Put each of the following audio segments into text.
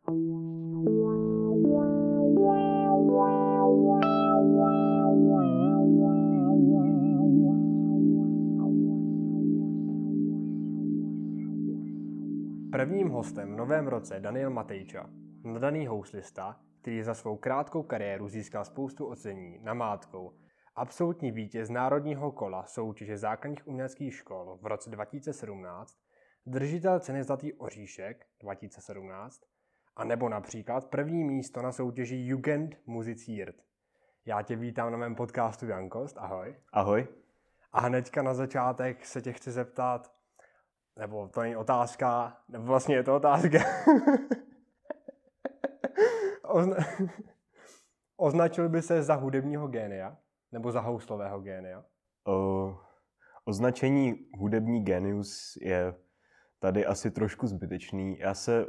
Prvním hostem v novém roce je Daniel Matejča, nadaný houslista, který za svou krátkou kariéru získal spoustu ocenění namátkou. Absolutní vítěz národního kola soutěže základních uměleckých škol v roce 2017, držitel ceny Zlatý oříšek 2017 a nebo například první místo na soutěži Jugend Musiziert. Já tě vítám na mém podcastu Jankost, ahoj. Ahoj. A hnedka na začátek se tě chci zeptat, nebo to není otázka, nebo vlastně je to otázka. Označil by se za hudebního génia? Nebo za houslového génia? Označení hudební génius je tady asi trošku zbytečný.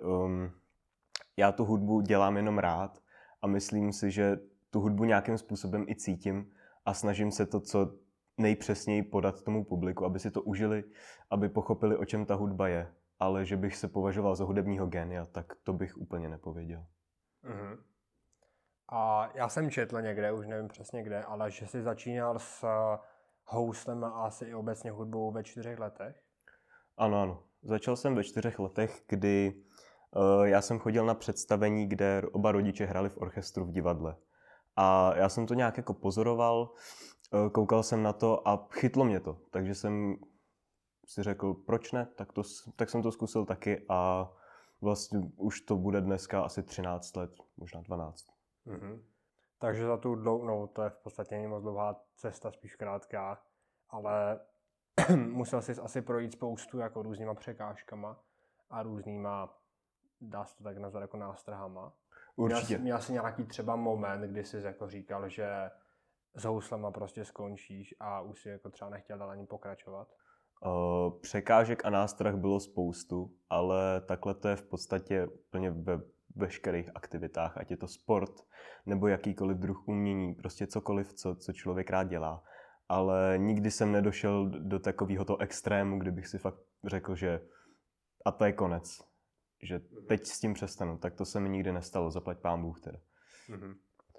Já tu hudbu dělám jenom rád a myslím si, že tu hudbu nějakým způsobem i cítím a snažím se to co nejpřesněji podat tomu publiku, aby si to užili, aby pochopili, o čem ta hudba je. Ale že bych se považoval za hudebního génia, tak to bych úplně nepověděl. Mhm. A já jsem četl někde, už nevím přesně kde, ale že jsi začínal s houslem a asi i obecně hudbou ve 4 letech? Ano. Začal jsem ve 4 letech, kdy já jsem chodil na představení, kde oba rodiče hráli v orchestru v divadle. A já jsem to nějak jako pozoroval, koukal jsem na to a chytlo mě to. Takže jsem si řekl, proč ne, tak jsem to zkusil taky a vlastně už to bude dneska asi 13 let, možná 12. Mhm. Takže za tu to je v podstatě není moc dlouhá cesta, spíš krátká, ale musel jsi asi projít spoustu jako různýma překážkama a různýma, dá se to tak nazvat, jako nástrahama. Určitě. Měl jsi nějaký třeba moment, kdy jsi jako říkal, že s houslema prostě skončíš a už si jako třeba nechtěl dál ani pokračovat? Překážek a nástrah bylo spoustu, ale takhle to je v podstatě úplně ve veškerých aktivitách, ať je to sport nebo jakýkoliv druh umění, prostě cokoliv, co člověk rád dělá. Ale nikdy jsem nedošel do takového extrému, kdybych si fakt řekl, že a to je konec, že teď s tím přestanu, tak to se mi nikdy nestalo, zaplať pán Bůh teda. Mhm.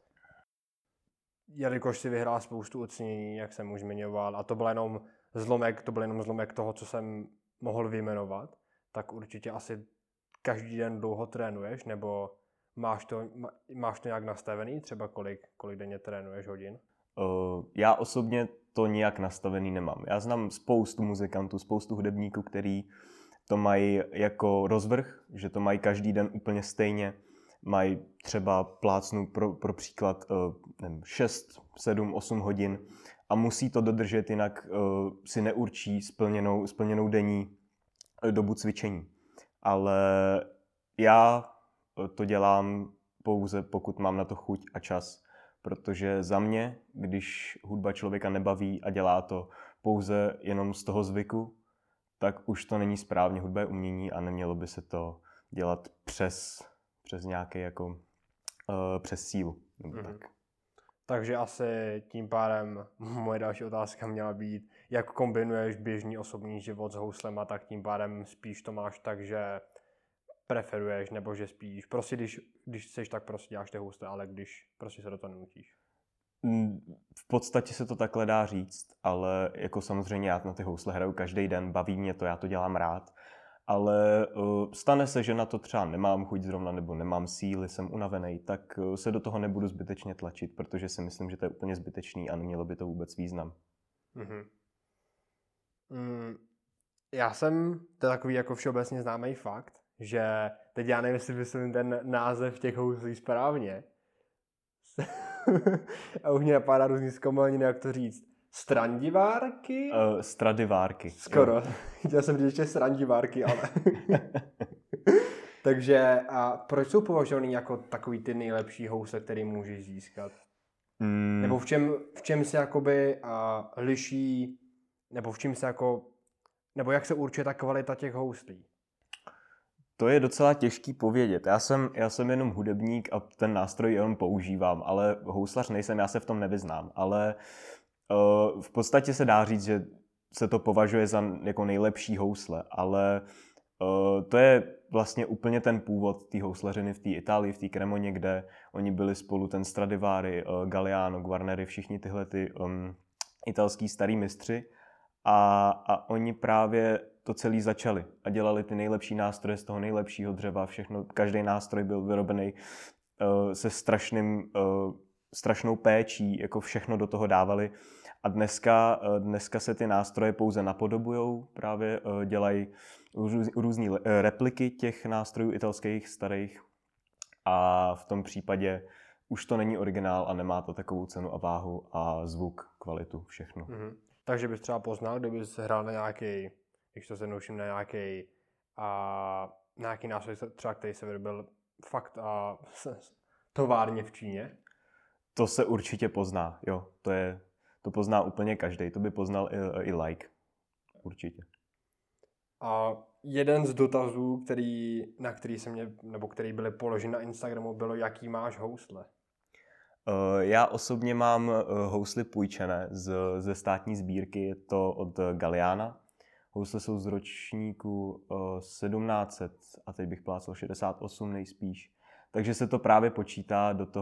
Jelikož si vyhrál spoustu ocenění, jak jsem už zmiňoval, a to byl jenom zlomek toho, co jsem mohl vyjmenovat, tak určitě asi každý den dlouho trénuješ, nebo máš to nějak nastavený, třeba kolik denně trénuješ hodin? Já osobně to nijak nastavený nemám. Já znám spoustu muzikantů, spoustu hudebníků, který to mají jako rozvrh, že to mají každý den úplně stejně. Mají třeba plácnu pro příklad 6, 7, 8 hodin a musí to dodržet, jinak si neurčí splněnou denní dobu cvičení. Ale já to dělám pouze, pokud mám na to chuť a čas. Protože za mě, když hudba člověka nebaví a dělá to pouze jenom z toho zvyku, tak už to není správně, hudba je umění a nemělo by se to dělat přes nějaký jako přes sílu. Nebo tak. Takže asi tím pádem moje další otázka měla být, jak kombinuješ běžný osobní život s houslema, tak tím pádem spíš to máš tak, že preferuješ, nebo že spíš, prostě když chceš, tak prostě děláš ty housle, ale když prostě se do toho nenutíš. V podstatě se to takhle dá říct, ale jako samozřejmě já na ty housle hraju každý den, baví mě to, já to dělám rád, ale stane se, že na to třeba nemám chuť zrovna, nebo nemám síly, jsem unavený, tak se do toho nebudu zbytečně tlačit, protože si myslím, že to je úplně zbytečný a nemělo by to vůbec význam. Mhm. To je takový jako všeobecně známý fakt, že teď já nevím, jestli vyslovím ten název těch houslí správně. A už mě napadá různý zkomaliny, jak to říct. Strandivárky? Stradivárky. Skoro. Chtěl jsem říct ještě strandivárky, ale... Takže a proč jsou považovaný jako takový ty nejlepší housle, který můžeš získat? Nebo v čem se jakoby liší, nebo v čem se jako... Nebo jak se určuje ta kvalita těch houslí? To je docela těžký povědět. Já jsem jenom hudebník a ten nástroj jenom používám, ale houslař nejsem, já se v tom nevyznám. Ale v podstatě se dá říct, že se to považuje za jako nejlepší housle, ale To je vlastně úplně ten původ té houslařiny v té Itálii, v té Cremoně, kde oni byli spolu, ten Stradivari, Galliano, Guarneri, všichni tyhle ty italský starý mistři. A oni právě to celý začali a dělali ty nejlepší nástroje z toho nejlepšího dřeva, všechno, každý nástroj byl vyrobený se strašnou péčí, jako všechno do toho dávali. A dneska se ty nástroje pouze napodobujou, právě dělají různé repliky těch nástrojů italských starých a v tom případě už to není originál a nemá to takovou cenu a váhu a zvuk, kvalitu, všechno. Mm-hmm. Takže bys třeba poznal, kdybys hrál na nějaký, když to se nouším na nějaký nástroj, třeba který se vyrobil fakt továrně v Číně? To se určitě pozná, jo. To pozná úplně každý. To by poznal i like. Určitě. A jeden z dotazů, který byly položeny na Instagramu, bylo, jaký máš housle? Já osobně mám hously půjčené ze státní sbírky, je to od Galliana. Housle jsou z ročníku 1700 a teď bych plácal 68 nejspíš. Takže se to právě počítá do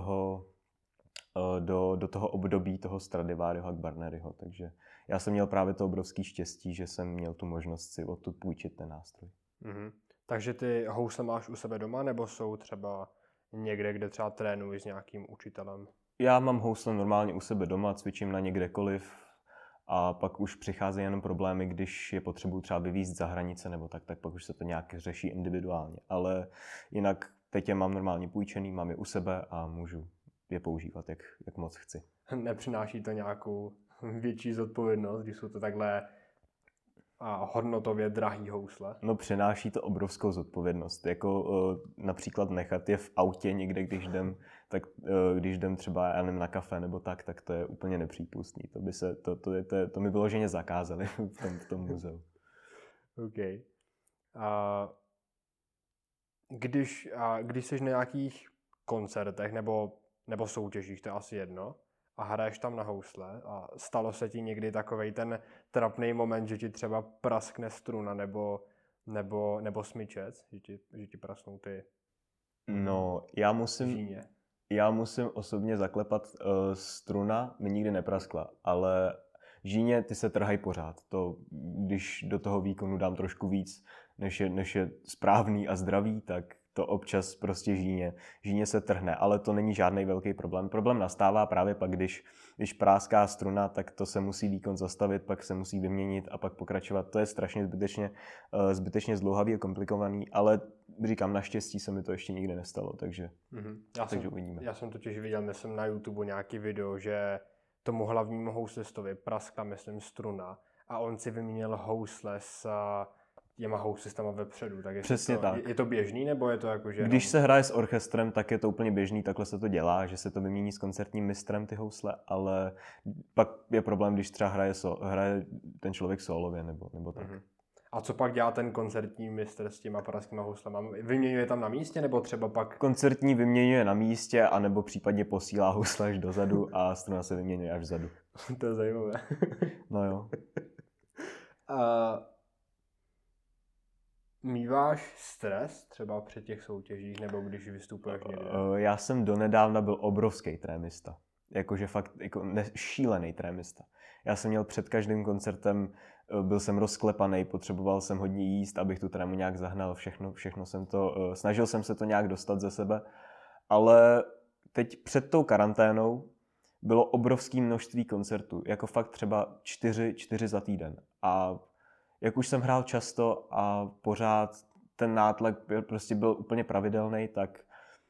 toho období toho Stradivariho a Guarneriho. Takže já jsem měl právě to obrovské štěstí, že jsem měl tu možnost si odtud půjčit ten nástroj. Mm-hmm. Takže ty housle máš u sebe doma, nebo jsou třeba někde, kde třeba trénuji s nějakým učitelem? Já mám housle normálně u sebe doma, cvičím na ně kdekoliv a pak už přicházejí jenom problémy, když je potřebuji třeba vyvízt za hranice nebo tak pak už se to nějak řeší individuálně. Ale jinak teď je mám normálně půjčený, mám je u sebe a můžu je používat, jak moc chci. Nepřináší to nějakou větší zodpovědnost, když jsou to takhle hodnotově drahý housle? No, přináší to obrovskou zodpovědnost. Jako například nechat je v autě někde, když jdem třeba já nevím, na kafe nebo tak to je úplně nepřípustný. To mi vyloženě zakázali v tom muzeu. OK. Když jsi na nějakých koncertech nebo soutěžích, to je asi jedno, a hraješ tam na housle a stalo se ti někdy takovej ten trapný moment, že ti třeba praskne struna nebo smyčec, že ti prasknou ty No, žíně? Já musím osobně zaklepat, struna mi nikdy nepraskla, ale žíně ty se trhají pořád. To, když do toho výkonu dám trošku víc, než je správný a zdravý, tak to občas prostě žíně se trhne, ale to není žádný velký problém. Problém nastává právě pak, když práská struna, tak to se musí výkon zastavit, pak se musí vyměnit a pak pokračovat. To je strašně zbytečně zdlouhavý a komplikovaný, ale říkám, naštěstí se mi to ještě nikdy nestalo, takže uvidíme. Já jsem totiž viděl, myslím, na YouTube nějaký video, že tomu hlavnímu houslistovi praskla, myslím, struna a on si vyměnil housle s těma houslistama vepředu. Tak přesně tak. Je to běžný, nebo je to jako, že... Když se hraje s orchestrem, tak je to úplně běžný, takhle se to dělá, že se to vymění s koncertním mistrem ty housle, ale pak je problém, když třeba hraje ten člověk solově nebo tak. Mm-hmm. A co pak dělá ten koncertní mistr s těma pražskýma houslema? Vyměňuje tam na místě, nebo třeba pak... Koncertní vyměňuje na místě, anebo případně posílá housle až dozadu a struna se vyměňuje až vzadu. To je zajímavé. No jo. Míváš stres třeba při těch soutěžích, nebo když vystupuješ někde? Já jsem donedávna byl obrovský trémista. Jakože fakt šílený trémista. Já jsem měl před každým koncertem, byl jsem rozklepaný, potřeboval jsem hodně jíst, abych tu trému nějak zahnal, všechno jsem to, snažil jsem se to nějak dostat ze sebe, ale teď před tou karanténou bylo obrovské množství koncertů, jako fakt třeba 4 za týden. A jak už jsem hrál často a pořád ten nátlak prostě byl úplně pravidelný, tak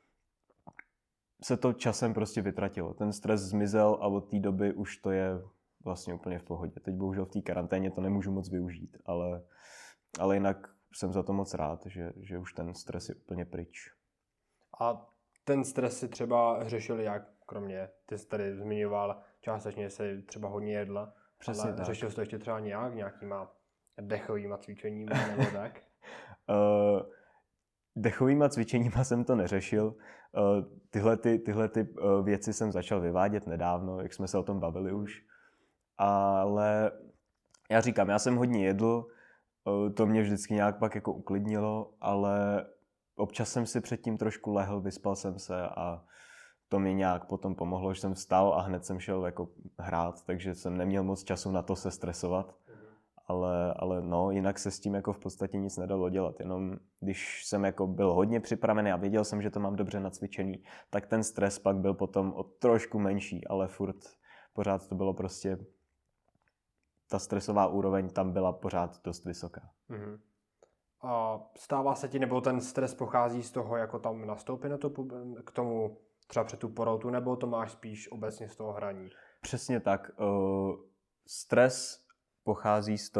se to časem prostě vytratilo. Ten stres zmizel a od té doby už to je vlastně úplně v pohodě. Teď bohužel v té karanténě to nemůžu moc využít, ale jinak jsem za to moc rád, že už ten stres je úplně pryč. A ten stres si třeba řešil jak, kromě, ty jsi tady zmiňoval, částečně se třeba hodně jedla, přesně ale tak. Řešil jsi to ještě třeba nějakýma dechovýma cvičeníma nebo tak? Dechovýma cvičeníma jsem to neřešil. Tyhle věci jsem začal vyvádět nedávno, jak jsme se o tom bavili už. Ale já říkám, já jsem hodně jedl, To mě vždycky nějak pak jako uklidnilo, ale občas jsem si předtím trošku lehl, vyspal jsem se a to mi nějak potom pomohlo, že jsem vstal a hned jsem šel jako hrát, takže jsem neměl moc času na to se stresovat. Ale no, jinak se s tím jako v podstatě nic nedalo dělat, jenom když jsem jako byl hodně připravený a věděl jsem, že to mám dobře nacvičený, tak ten stres pak byl potom o trošku menší, ale furt pořád to bylo prostě, ta stresová úroveň tam byla pořád dost vysoká. Mm-hmm. A stává se ti, nebo ten stres pochází z toho, jako tam nastoupit na to, k tomu třeba před tu porotu, nebo to máš spíš obecně z toho hraní? Přesně tak. Stres pochází z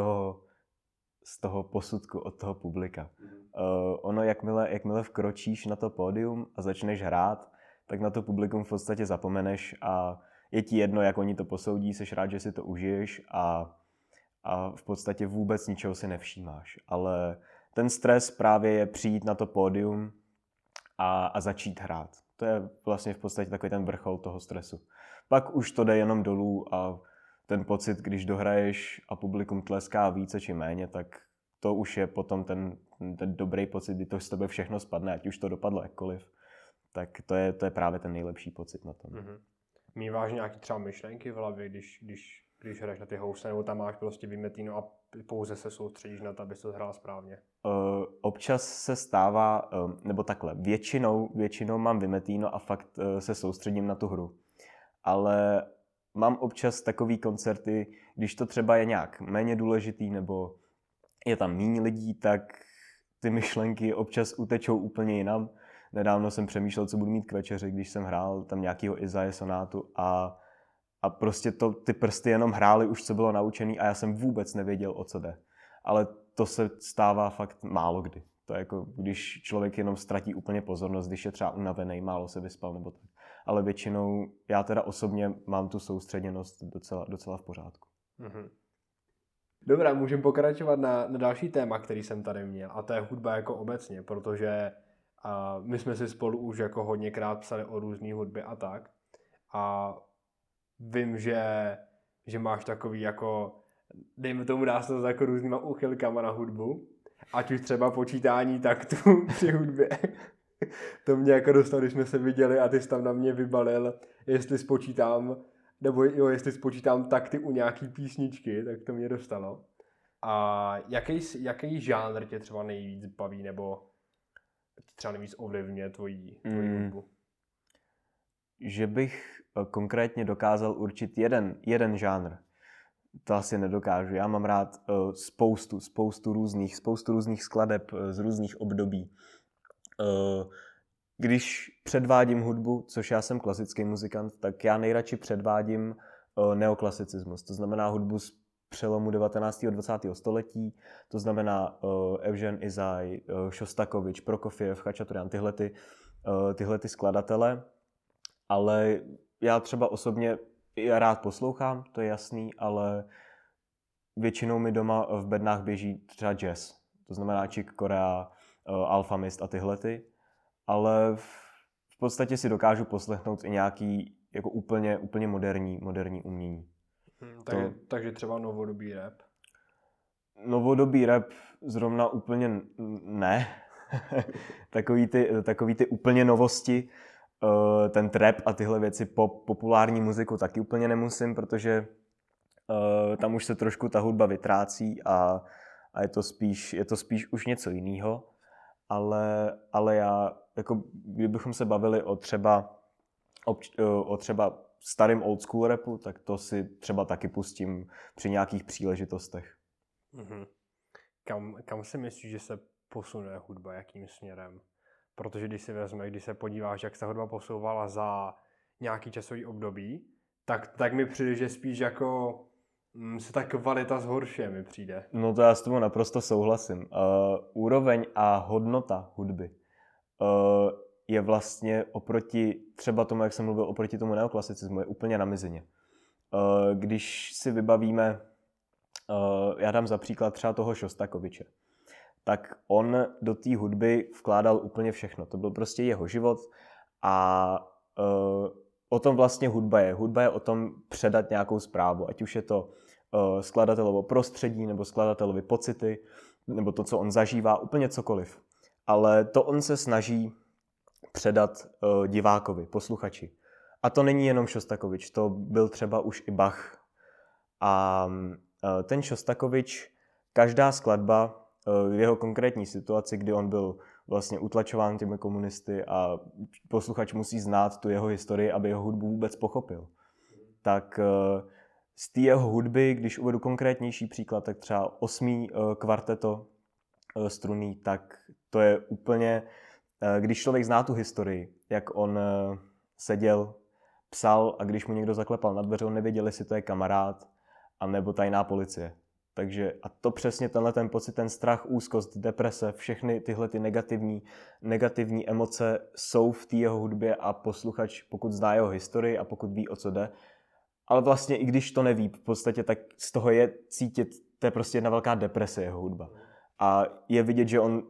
toho posudku od toho publika. Ono, jakmile vkročíš na to pódium a začneš hrát, tak na to publikum v podstatě zapomeneš a je ti jedno, jak oni to posoudí, seš rád, že si to užiješ a v podstatě vůbec ničeho si nevšímáš. Ale ten stres právě je přijít na to pódium a začít hrát. To je vlastně v podstatě takový ten vrchol toho stresu. Pak už to jde jenom dolů a ten pocit, když dohraješ a publikum tleská více či méně, tak to už je potom ten dobrý pocit, kdy to z tebe všechno spadne, ať už to dopadlo jakkoliv. Tak to je právě ten nejlepší pocit na tom. Mm-hmm. Míváš nějaký třeba myšlenky v hlavě, když hraješ na ty housle, nebo tam máš prostě vymetíno a pouze se soustředíš na to, abys to hrál správně? Občas se stává, nebo takhle, většinou mám vymetíno a fakt se soustředím na tu hru. Ale mám občas takový koncerty, když to třeba je nějak méně důležitý, nebo je tam méně lidí, tak ty myšlenky občas utečou úplně jinam. Nedávno jsem přemýšlel, co budu mít k večeři, když jsem hrál tam nějakýho Isaie sonátu a prostě ty prsty jenom hrály už, co bylo naučený a já jsem vůbec nevěděl, o co jde. Ale to se stává fakt málo kdy. To je jako, když člověk jenom ztratí úplně pozornost, když je třeba unavený, málo se vyspal nebo tak. Ale většinou já teda osobně mám tu soustředěnost docela v pořádku. Mm-hmm. Dobrá, můžeme pokračovat na další téma, který jsem tady měl, a to je hudba jako obecně, protože my jsme si spolu už jako hodněkrát psali o různý hudbě a tak. A vím, že máš takový jako, dejme tomu, dá se to jako různýma úchylkama na hudbu, ať už třeba počítání taktů při hudbě. To mě jako dostalo, když jsme se viděli a ty jsi tam na mě vybalil, jestli spočítám takty u nějaký písničky, tak to mě dostalo. A jaký žánr tě třeba nejvíc baví, nebo třeba nejvíc ovlivňuje tvoji hudbu? Že bych konkrétně dokázal určit jeden žánr, to asi nedokážu. Já mám rád spoustu různých skladeb z různých období. Když předvádím hudbu, což já jsem klasický muzikant, tak já nejradši předvádím neoklasicismus. To znamená hudbu z přelomu 19. a 20. století, to znamená Evžen Isai, Šostakovič, Prokofiev, Chačaturian, tyhle skladatele. Ale já třeba osobně rád poslouchám, to je jasný, ale většinou mi doma v bednách běží třeba jazz. To znamená Chick Corea, Alchemist a tyhlety. Ale v podstatě si dokážu poslechnout i nějaký jako úplně moderní umění. Takže třeba novodobý rap? Novodobý rap zrovna úplně ne. takový ty úplně novosti, ten trap a tyhle věci, populární muziku taky úplně nemusím, protože tam už se trošku ta hudba vytrácí a je to spíš už něco jiného. Ale já, jako kdybychom se bavili o třeba starým old school rapu, tak to si třeba taky pustím při nějakých příležitostech. Mm-hmm. Kam si myslíš, že se posune hudba, jakým směrem? Protože když se podíváš, jak se hudba posouvala za nějaký časový období, tak mi přijde, že spíš jako se ta kvalita zhoršuje, mi přijde. No to já s tomu naprosto souhlasím. Úroveň a hodnota hudby je vlastně oproti třeba tomu, jak jsem mluvil, oproti tomu neoklasicismu, je úplně na mizině. Když si vybavíme, já dám za příklad třeba toho Šostakoviče, tak on do té hudby vkládal úplně všechno. To byl prostě jeho život a o tom vlastně hudba je. Hudba je o tom předat nějakou zprávu, ať už je to skladatelovo prostředí nebo skladatelovi pocity, nebo to, co on zažívá, úplně cokoliv. Ale to on se snaží předat divákovi, posluchači. A to není jenom Šostakovič, to byl třeba už i Bach. A ten Šostakovič, každá skladba v jeho konkrétní situaci, kdy on byl vlastně utlačován těmi komunisty a posluchač musí znát tu jeho historii, aby jeho hudbu vůbec pochopil. Tak z té jeho hudby, když uvedu konkrétnější příklad, tak třeba 8. kvarteto strunný, tak to je úplně, když člověk zná tu historii, jak on seděl, psal a když mu někdo zaklepal na dveře, on nevěděl, jestli to je kamarád anebo tajná policie. Takže a to přesně tenhle ten pocit, ten strach, úzkost, deprese, všechny tyhle ty negativní emoce jsou v té jeho hudbě a posluchač, pokud zná jeho historii a pokud ví, o co jde, ale vlastně i když to neví, v podstatě tak z toho je cítit, to je prostě jedna velká deprese jeho hudba. A je vidět, že on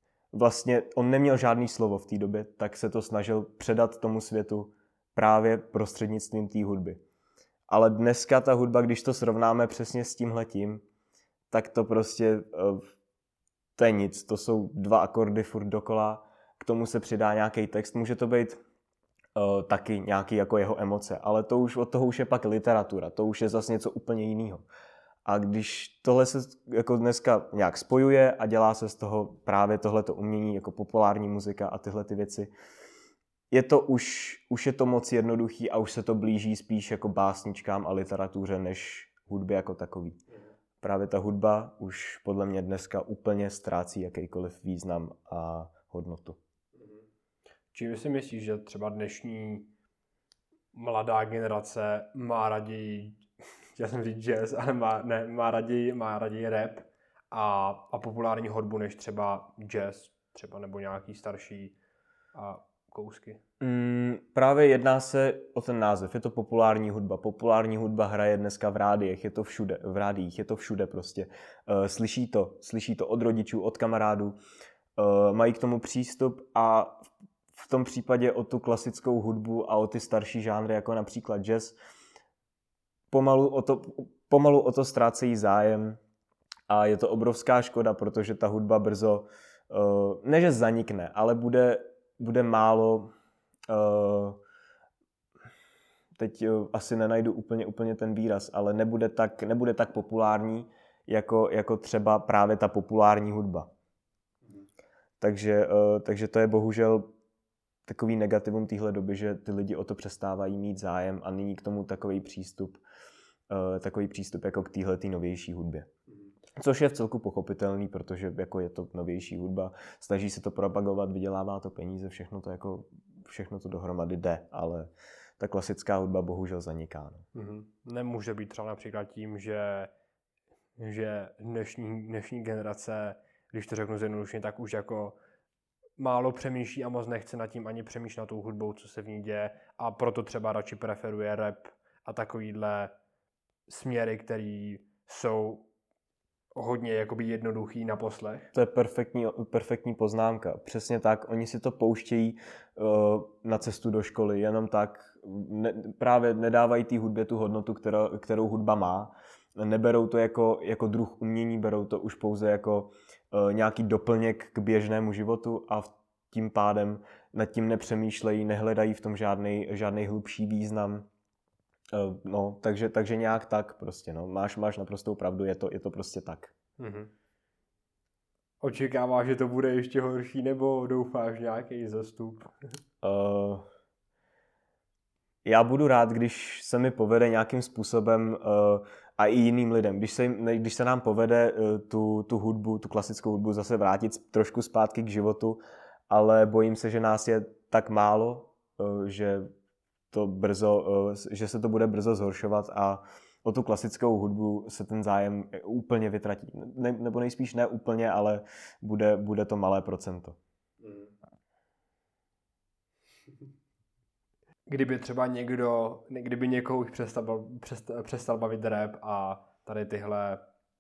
neměl žádný slovo v té době, tak se to snažil předat tomu světu právě prostřednictvím té hudby. Ale dneska ta hudba, když to srovnáme přesně s tímhletím, tak to prostě, to je nic. To jsou 2 akordy furt dokola, k tomu se přidá nějaký text. Může to být taky nějaký jako jeho emoce, ale to už od toho už je pak literatura, to už je zase něco úplně jiného. A když tohle se jako dneska nějak spojuje a dělá se z toho právě tohleto umění jako populární muzika a tyhle ty věci, je to už je to moc jednoduchý a už se to blíží spíš jako básničkám a literatuře než hudbě jako takový. Právě ta hudba už podle mě dneska úplně ztrácí jakýkoliv význam a hodnotu. Čím si myslíš, že třeba dnešní mladá generace má raději, chtěl jsem říct jazz, ale má raději rap a populární hudbu než třeba jazz, třeba nebo nějaký starší kousky? Právě jedná se o ten název, je to populární hudba. Populární hudba hraje dneska v rádiích, je to všude, v rádiích, je to všude prostě. Slyší to od rodičů, od kamarádů, mají k tomu přístup a v tom případě o tu klasickou hudbu a o ty starší žánry, jako například jazz, pomalu o to ztrácejí zájem a je to obrovská škoda, protože ta hudba brzo, ne že zanikne, ale bude málo, teď asi nenajdu úplně ten výraz, ale nebude tak populární, jako třeba právě ta populární hudba. Takže to je bohužel takový negativum téhle doby, že ty lidi o to přestávají mít zájem a není k tomu takový přístup jako k téhletý novější hudbě. Což je v celku pochopitelný, protože jako je to novější hudba, snaží se to propagovat, vydělává to peníze, všechno to dohromady jde, ale ta klasická hudba bohužel zaniká. Nemůže být třeba například tím, že dnešní generace, když to řeknu zjednodušeně, tak už jako málo přemýšlí a moc nechce nad tím ani přemýšlet nad tou hudbou, co se v ní děje a proto třeba radši preferuje rap a takovýhle směry, které jsou hodně jakoby jednoduchý na poslech. To je perfektní poznámka. Přesně tak, oni si to pouštějí na cestu do školy, jenom tak. Právě nedávají té hudbě tu hodnotu, kterou hudba má. Neberou to jako druh umění, berou to už pouze jako nějaký doplněk k běžnému životu a tím pádem nad tím nepřemýšlejí, nehledají v tom žádný hlubší význam. No, takže nějak tak prostě, no. Máš naprostou pravdu, je to prostě tak. Očekáváš, že to bude ještě horší, nebo doufáš nějaký zastup? Já budu rád, když se mi povede nějakým způsobem a i jiným lidem, když se nám povede tu hudbu, tu klasickou hudbu zase vrátit trošku zpátky k životu, ale bojím se, že nás je tak málo, že se to bude brzo zhoršovat a o tu klasickou hudbu se ten zájem úplně vytratí. Nebo nejspíš ne úplně, ale bude to malé procento. Kdyby třeba kdyby někoho už přestal bavit rap a tady tyhle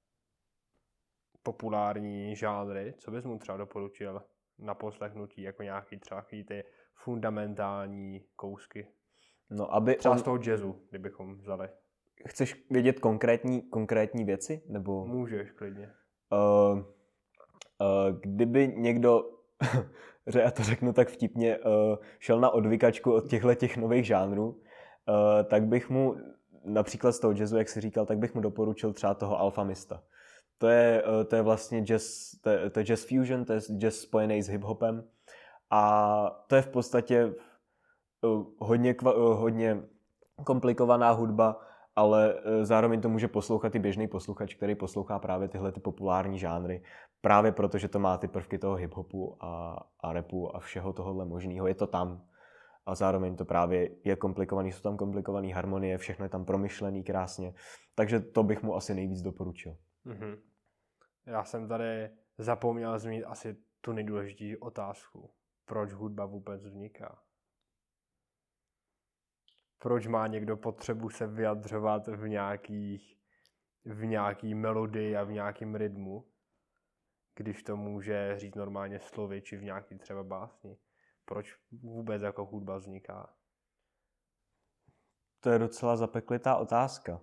populární žánry, co bys mu třeba doporučil na poslechnutí, jako nějaký třeba ty fundamentální kousky? No, třeba z toho jazzu, kdybychom vzali. Chceš vědět konkrétní věci? Nebo... Můžeš, klidně. Kdyby někdo, že já to řeknu tak vtipně, šel na odvykačku od těch nových žánrů, tak bych mu například z toho jazzu, jak jsi říkal, tak bych mu doporučil třeba toho Alfamista. To je vlastně jazz, to je jazz fusion, to je jazz spojený s hip-hopem a to je v podstatě hodně komplikovaná hudba, ale zároveň to může poslouchat i běžný posluchač, který poslouchá právě tyhle ty populární žánry, právě protože to má ty prvky toho hip-hopu a rapu a všeho tohohle možného. Je to tam a zároveň to právě je komplikovaný, jsou tam komplikované harmonie, všechno je tam promyšlený krásně, takže to bych mu asi nejvíc doporučil. Mm-hmm. Já jsem tady zapomněl zmínit asi tu nejdůležitější otázku. Proč hudba vůbec vzniká? Proč má někdo potřebu se vyjadřovat v nějaký melodii a v nějakém rytmu, když to může říct normálně slovy či v nějaký třeba básni? Proč vůbec jako hudba vzniká? To je docela zapeklitá otázka.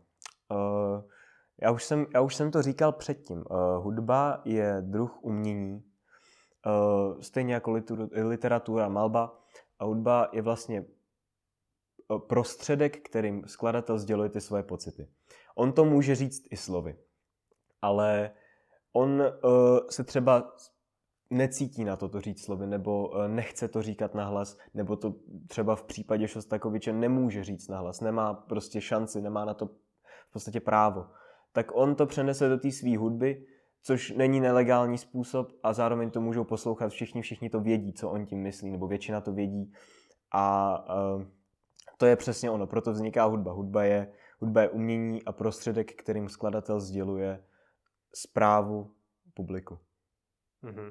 Já už jsem to říkal předtím. Hudba je druh umění, stejně jako literatura, malba. A hudba je vlastně prostředek, kterým skladatel sděluje ty svoje pocity. On to může říct i slovy, ale on se třeba necítí na to říct slovy, nebo nechce to říkat nahlas, nebo to třeba v případě Šostakoviče nemůže říct nahlas, nemá prostě šanci, nemá na to v podstatě právo. Tak on to přenese do té své hudby, což není nelegální způsob a zároveň to můžou poslouchat všichni to vědí, co on tím myslí, nebo většina to vědí a to je přesně ono, proto vzniká hudba. Hudba je umění a prostředek, kterým skladatel sděluje zprávu publiku. Mm-hmm.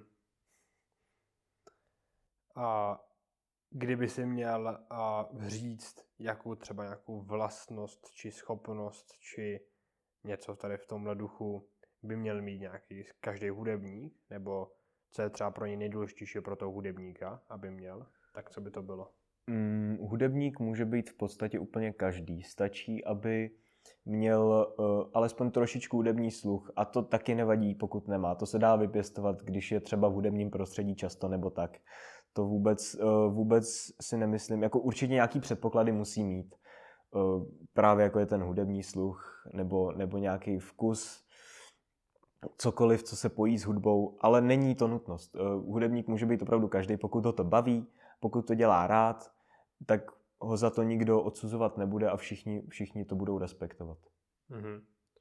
A kdyby si měl říct třeba nějakou vlastnost či schopnost či něco tady v tomhle duchu by měl mít nějaký každý hudebník, nebo co je třeba pro něj nejdůležitější pro toho hudebníka, aby měl, tak co by to bylo? Hudebník může být v podstatě úplně každý. Stačí, aby měl alespoň trošičku hudební sluch a to taky nevadí, pokud nemá. To se dá vypěstovat, když je třeba v hudebním prostředí často nebo tak. To vůbec si nemyslím. Jako určitě nějaký předpoklady musí mít. Právě jako je ten hudební sluch nebo nějaký vkus, cokoliv, co se pojí s hudbou, ale není to nutnost. Hudebník může být opravdu každý, pokud ho to baví, pokud to dělá rád, tak ho za to nikdo odsuzovat nebude a všichni to budou respektovat. Mm-hmm.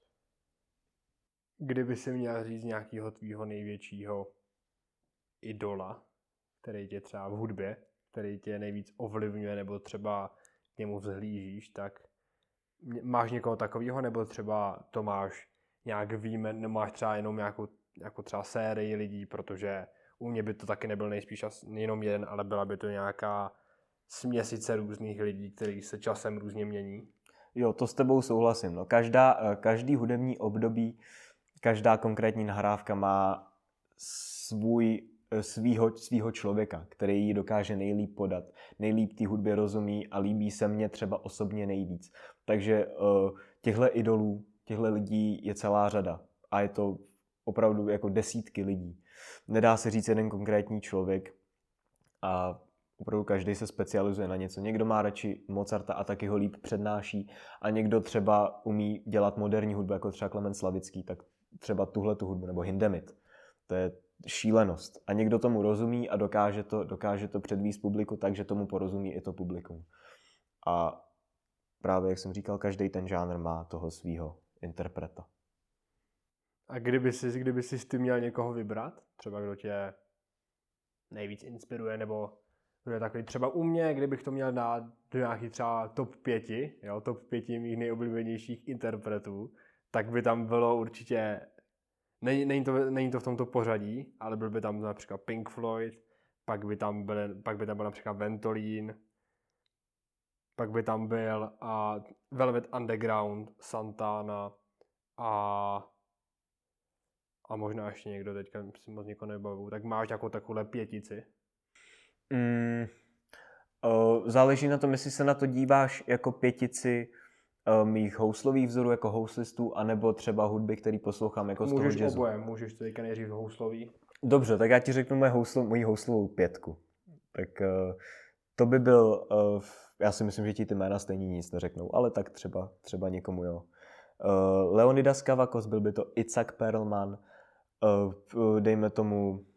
Kdyby si měl říct nějakého tvýho největšího idola, který tě třeba v hudbě, který tě nejvíc ovlivňuje nebo třeba k němu vzhlížíš, tak máš někoho takového, nebo třeba to máš nějak výjimečný, máš třeba jenom nějakou třeba sérii lidí, protože u mě by to taky nebyl nejspíš jenom jeden, ale byla by to nějaká směsice různých lidí, kteří se časem různě mění. Jo, to s tebou souhlasím. No, každý hudební období, každá konkrétní nahrávka má svýho člověka, který ji dokáže nejlíp podat, nejlíp té hudbě rozumí a líbí se mně třeba osobně nejvíc. Takže těchto idolů, těchto lidí je celá řada a je to opravdu jako desítky lidí. Nedá se říct jeden konkrétní člověk a opravdu každý se specializuje na něco. Někdo má radši Mozarta a taky ho líp přednáší a někdo třeba umí dělat moderní hudbu, jako třeba Klement Slavický, tak třeba tuhletu hudbu, nebo Hindemith. To je šílenost. A někdo tomu rozumí a dokáže to předvést publiku, takže tomu porozumí i to publikum. A právě, jak jsem říkal, každý ten žánr má toho svýho interpreta. A kdyby jsi ty měl někoho vybrat, třeba kdo tě nejvíc inspiruje, nebo kdo je takový třeba u mě, kdybych to měl dát do nějaký třeba top 5, jo, top 5 mých nejoblíbenějších interpretů, tak by tam bylo určitě, není to v tomto pořadí, ale byl by tam například Pink Floyd, pak by tam byl například Ventolin, pak by tam byl Velvet Underground, Santana a možná ještě někdo, teďka si moc někoho nebavu. Tak máš jako takovouhle pětici? Záleží na tom, jestli se na to díváš jako pětici mých houslových vzorů, jako houslistů, anebo třeba hudby, který poslouchám jako z toho jazzu. Můžeš oboje, můžeš to teďka nejdřív houslový. Dobře, tak já ti řeknu moji houslovou 5. Tak to by byl, já si myslím, že ti ty jména stejně nic neřeknou, ale tak třeba někomu jo. Leonidas Kavakos, byl by to Itzhak Perlman, dejme tomu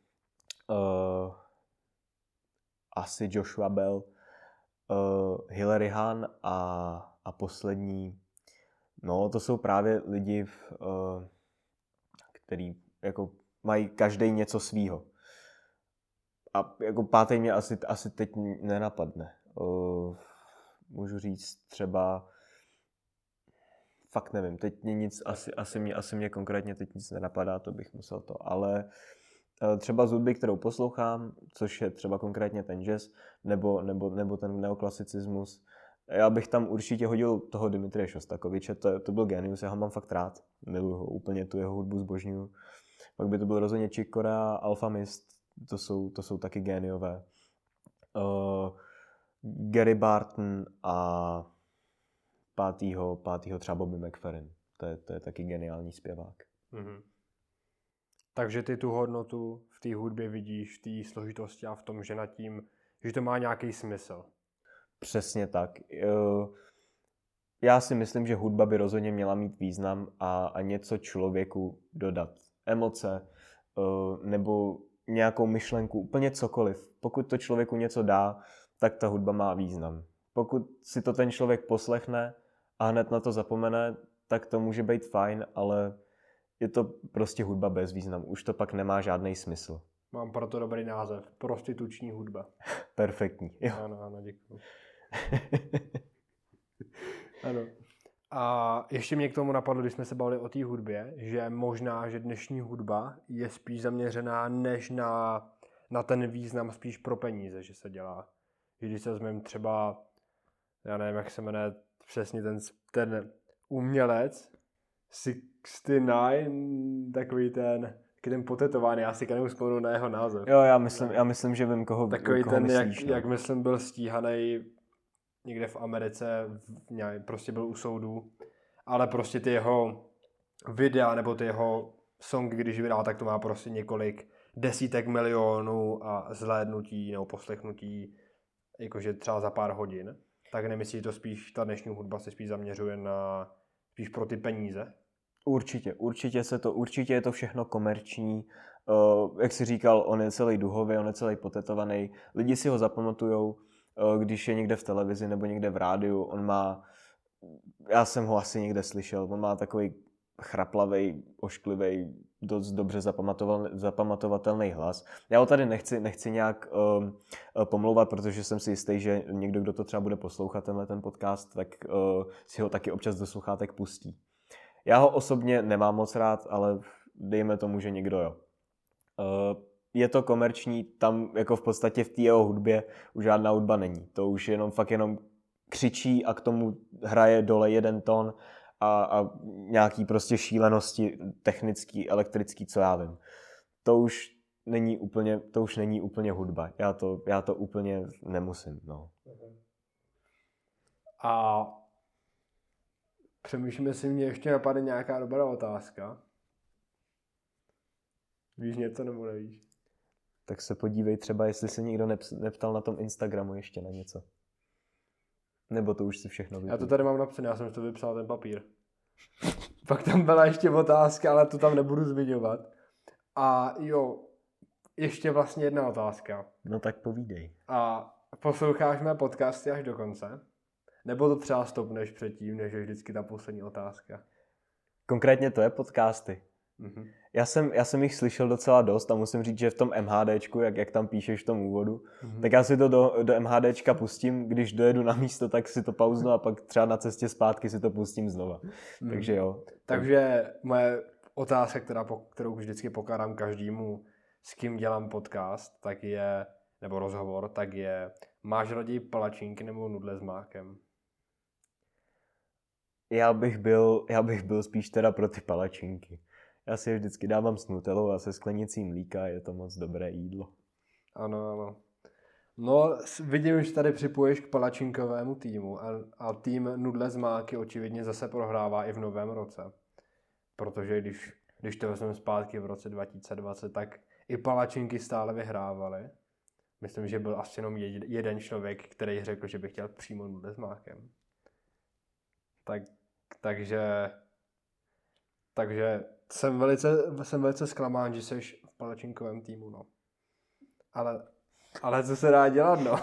asi Joshua Bell, Hilary Hahn a poslední, no to jsou právě lidi, který jako mají každý něco svýho. A jako pátý mě asi teď nenapadne. Můžu říct třeba, fakt nevím, teď mě nic, asi mě konkrétně teď nic nenapadá, to bych musel to, ale třeba z hudby, kterou poslouchám, což je třeba konkrétně ten jazz, nebo ten neoklasicismus, já bych tam určitě hodil toho Dimitrije Šostakoviče, to byl genius, já ho mám fakt rád, miluji ho, úplně tu jeho hudbu zbožňuju. Pak by to byl rozhodně Chick Corea, Alfa Mist, to jsou taky géniové. Gary Barton a pátýho třeba Bobby McFerrin. To je taky geniální zpěvák. Mm-hmm. Takže ty tu hodnotu v té hudbě vidíš, v té složitosti a v tom, že nad tím, že to má nějaký smysl. Přesně tak. Já si myslím, že hudba by rozhodně měla mít význam a něco člověku dodat. Emoce nebo nějakou myšlenku, úplně cokoliv. Pokud to člověku něco dá, tak ta hudba má význam. Pokud si to ten člověk poslechne a hned na to zapomene, tak to může být fajn, ale je to prostě hudba bez významu. Už to pak nemá žádný smysl. Mám proto dobrý název. Prostituční hudba. Perfektní. Jo. Ano, děkuji. Ano. A ještě mě k tomu napadlo, když jsme se bavili o té hudbě, že možná, že dnešní hudba je spíš zaměřená než na ten význam spíš pro peníze, že se dělá. Že když se vezmeme třeba, já nevím, jak se jmenuje přesně ten umělec, 69, takový ten potetovaný, já si nevím vzpomenout na jeho název. Jo, já myslím, že vím, koho myslíš. Jak myslím, byl stíhaný někde v Americe, prostě byl u soudu, ale prostě ty jeho videa nebo ty jeho songy, když vydá, tak to má prostě několik desítek milionů a zhlédnutí nebo poslechnutí, jakože třeba za pár hodin. Tak nemyslíš, že to spíš, ta dnešní hudba se spíš zaměřuje spíš pro ty peníze? Určitě je to všechno komerční. Jak jsi říkal, on je celý duhový, on je celý potetovaný. Lidi si ho zapamatujou, když je někde v televizi nebo někde v rádiu. Já jsem ho asi někde slyšel, on má takový chraplavej, ošklivej, dost dobře zapamatovatelný hlas. Já ho tady nechci nějak pomlouvat, protože jsem si jistý, že někdo, kdo to třeba bude poslouchat ten podcast, tak si ho taky občas do sluchátek pustí. Já ho osobně nemám moc rád, ale dejme tomu, že někdo jo. Je to komerční, tam jako v podstatě v té jeho hudbě už žádná hudba není. To už jenom křičí a k tomu hraje dole jeden tón a nějaký prostě šílenosti technický, elektrický, co já vím. To už není úplně hudba. Já to úplně nemusím. No. A přemýšlím, jestli mě ještě napadne nějaká dobrá otázka. Víš něco nebo nevíš? Tak se podívej třeba, jestli se nikdo neptal na tom Instagramu ještě na něco. Nebo to už si všechno vypil. Já to tady mám napsané, já jsem to vypsal ten papír. Pak tam byla ještě otázka, ale to tam nebudu zmiňovat. A jo, ještě vlastně jedna otázka. No tak povídej. A posloucháš mé podcasty až do konce? Nebo to třeba stopneš předtím, než je vždycky ta poslední otázka? Konkrétně to je podcasty. Mm-hmm. Já jsem jich slyšel docela dost a musím říct, že v tom MHDčku, jak tam píšeš v tom úvodu, tak já si to do MHDčka pustím, když dojedu na místo, tak si to pauznu a pak třeba na cestě zpátky si to pustím znova. Takže jo. Takže moje otázka, kterou vždycky pokládám každému, s kým dělám podcast, tak je, nebo rozhovor, tak je, máš raději palačinky nebo nudle s mákem? Já bych byl spíš teda pro ty palačinky. Já si je vždycky dávám s nutelou a se sklenicí mlíka, je to moc dobré jídlo. Ano. No, vidím, že tady připoješ k palačinkovému týmu a tým nudle z máky očividně zase prohrává i v novém roce. Protože když to vezmeme zpátky v roce 2020, tak i palačinky stále vyhrávaly. Myslím, že byl asi jenom jeden člověk, který řekl, že by chtěl přímo nude s mákem. Takže jsem velice zklamán, že jsi v palačinkovém týmu, no. Ale co se dá dělat, no.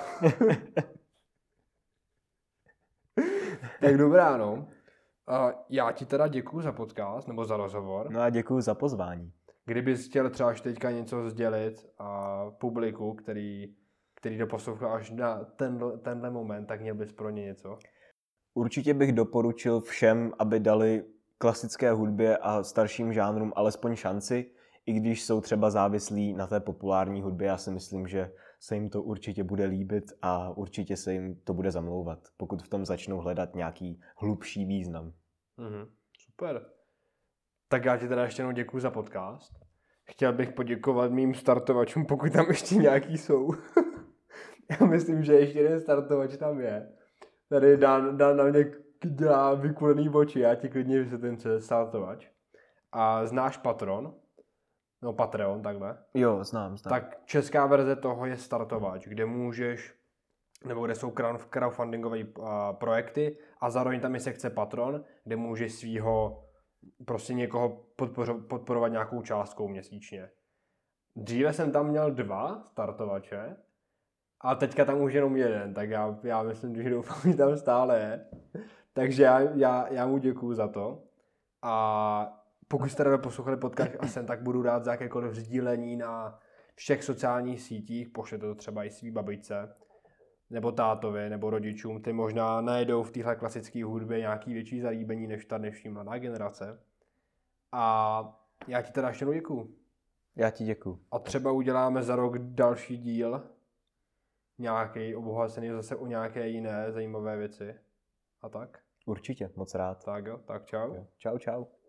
Tak dobrá, no. Já ti teda děkuju za podcast, nebo za rozhovor. No a děkuju za pozvání. Kdybys chtěl třeba až teďka něco sdělit publiku, který doposlouchá až na tenhle moment, tak měl bys pro ně něco? Určitě bych doporučil všem, aby dali klasické hudbě a starším žánrům alespoň šanci, i když jsou třeba závislí na té populární hudbě. Já si myslím, že se jim to určitě bude líbit a určitě se jim to bude zamlouvat, pokud v tom začnou hledat nějaký hlubší význam. Super. Tak já ti teda ještě jednou děkuju za podcast. Chtěl bych poděkovat mým startovačům, pokud tam ještě nějaký jsou. Já myslím, že ještě jeden startovač tam je. Tady Dan na mě dělá vykulený oči, já ti klidně vysvětlím, co je startovač. A znáš Patron? No Patreon, takhle. Jo, znám. Tak česká verze toho je startovač, kde můžeš, nebo kde jsou crowdfundingové projekty a zároveň tam je sekce Patron, kde můžeš prostě někoho podporovat nějakou částkou měsíčně. Dříve jsem tam měl 2 startovače a teďka tam už jenom jeden, tak já myslím, že doufám, že tam stále je. Takže já mu děkuju za to. A pokud jste rádi poslouchali podcast Asen, tak budu rád za jakékoliv sdílení na všech sociálních sítích. Pošlete to třeba i svý babičce, nebo tátovi, nebo rodičům. Ty možná najdou v téhle klasické hudbě nějaký větší zalíbení než ta dnešní mladá generace. A já ti teda ještě děkuju. Já ti děkuju. A třeba uděláme za rok další díl, nějaký obohacený zase o nějaké jiné zajímavé věci. A tak? Určitě, moc rád. Tak jo, tak čau. Jo. Čau.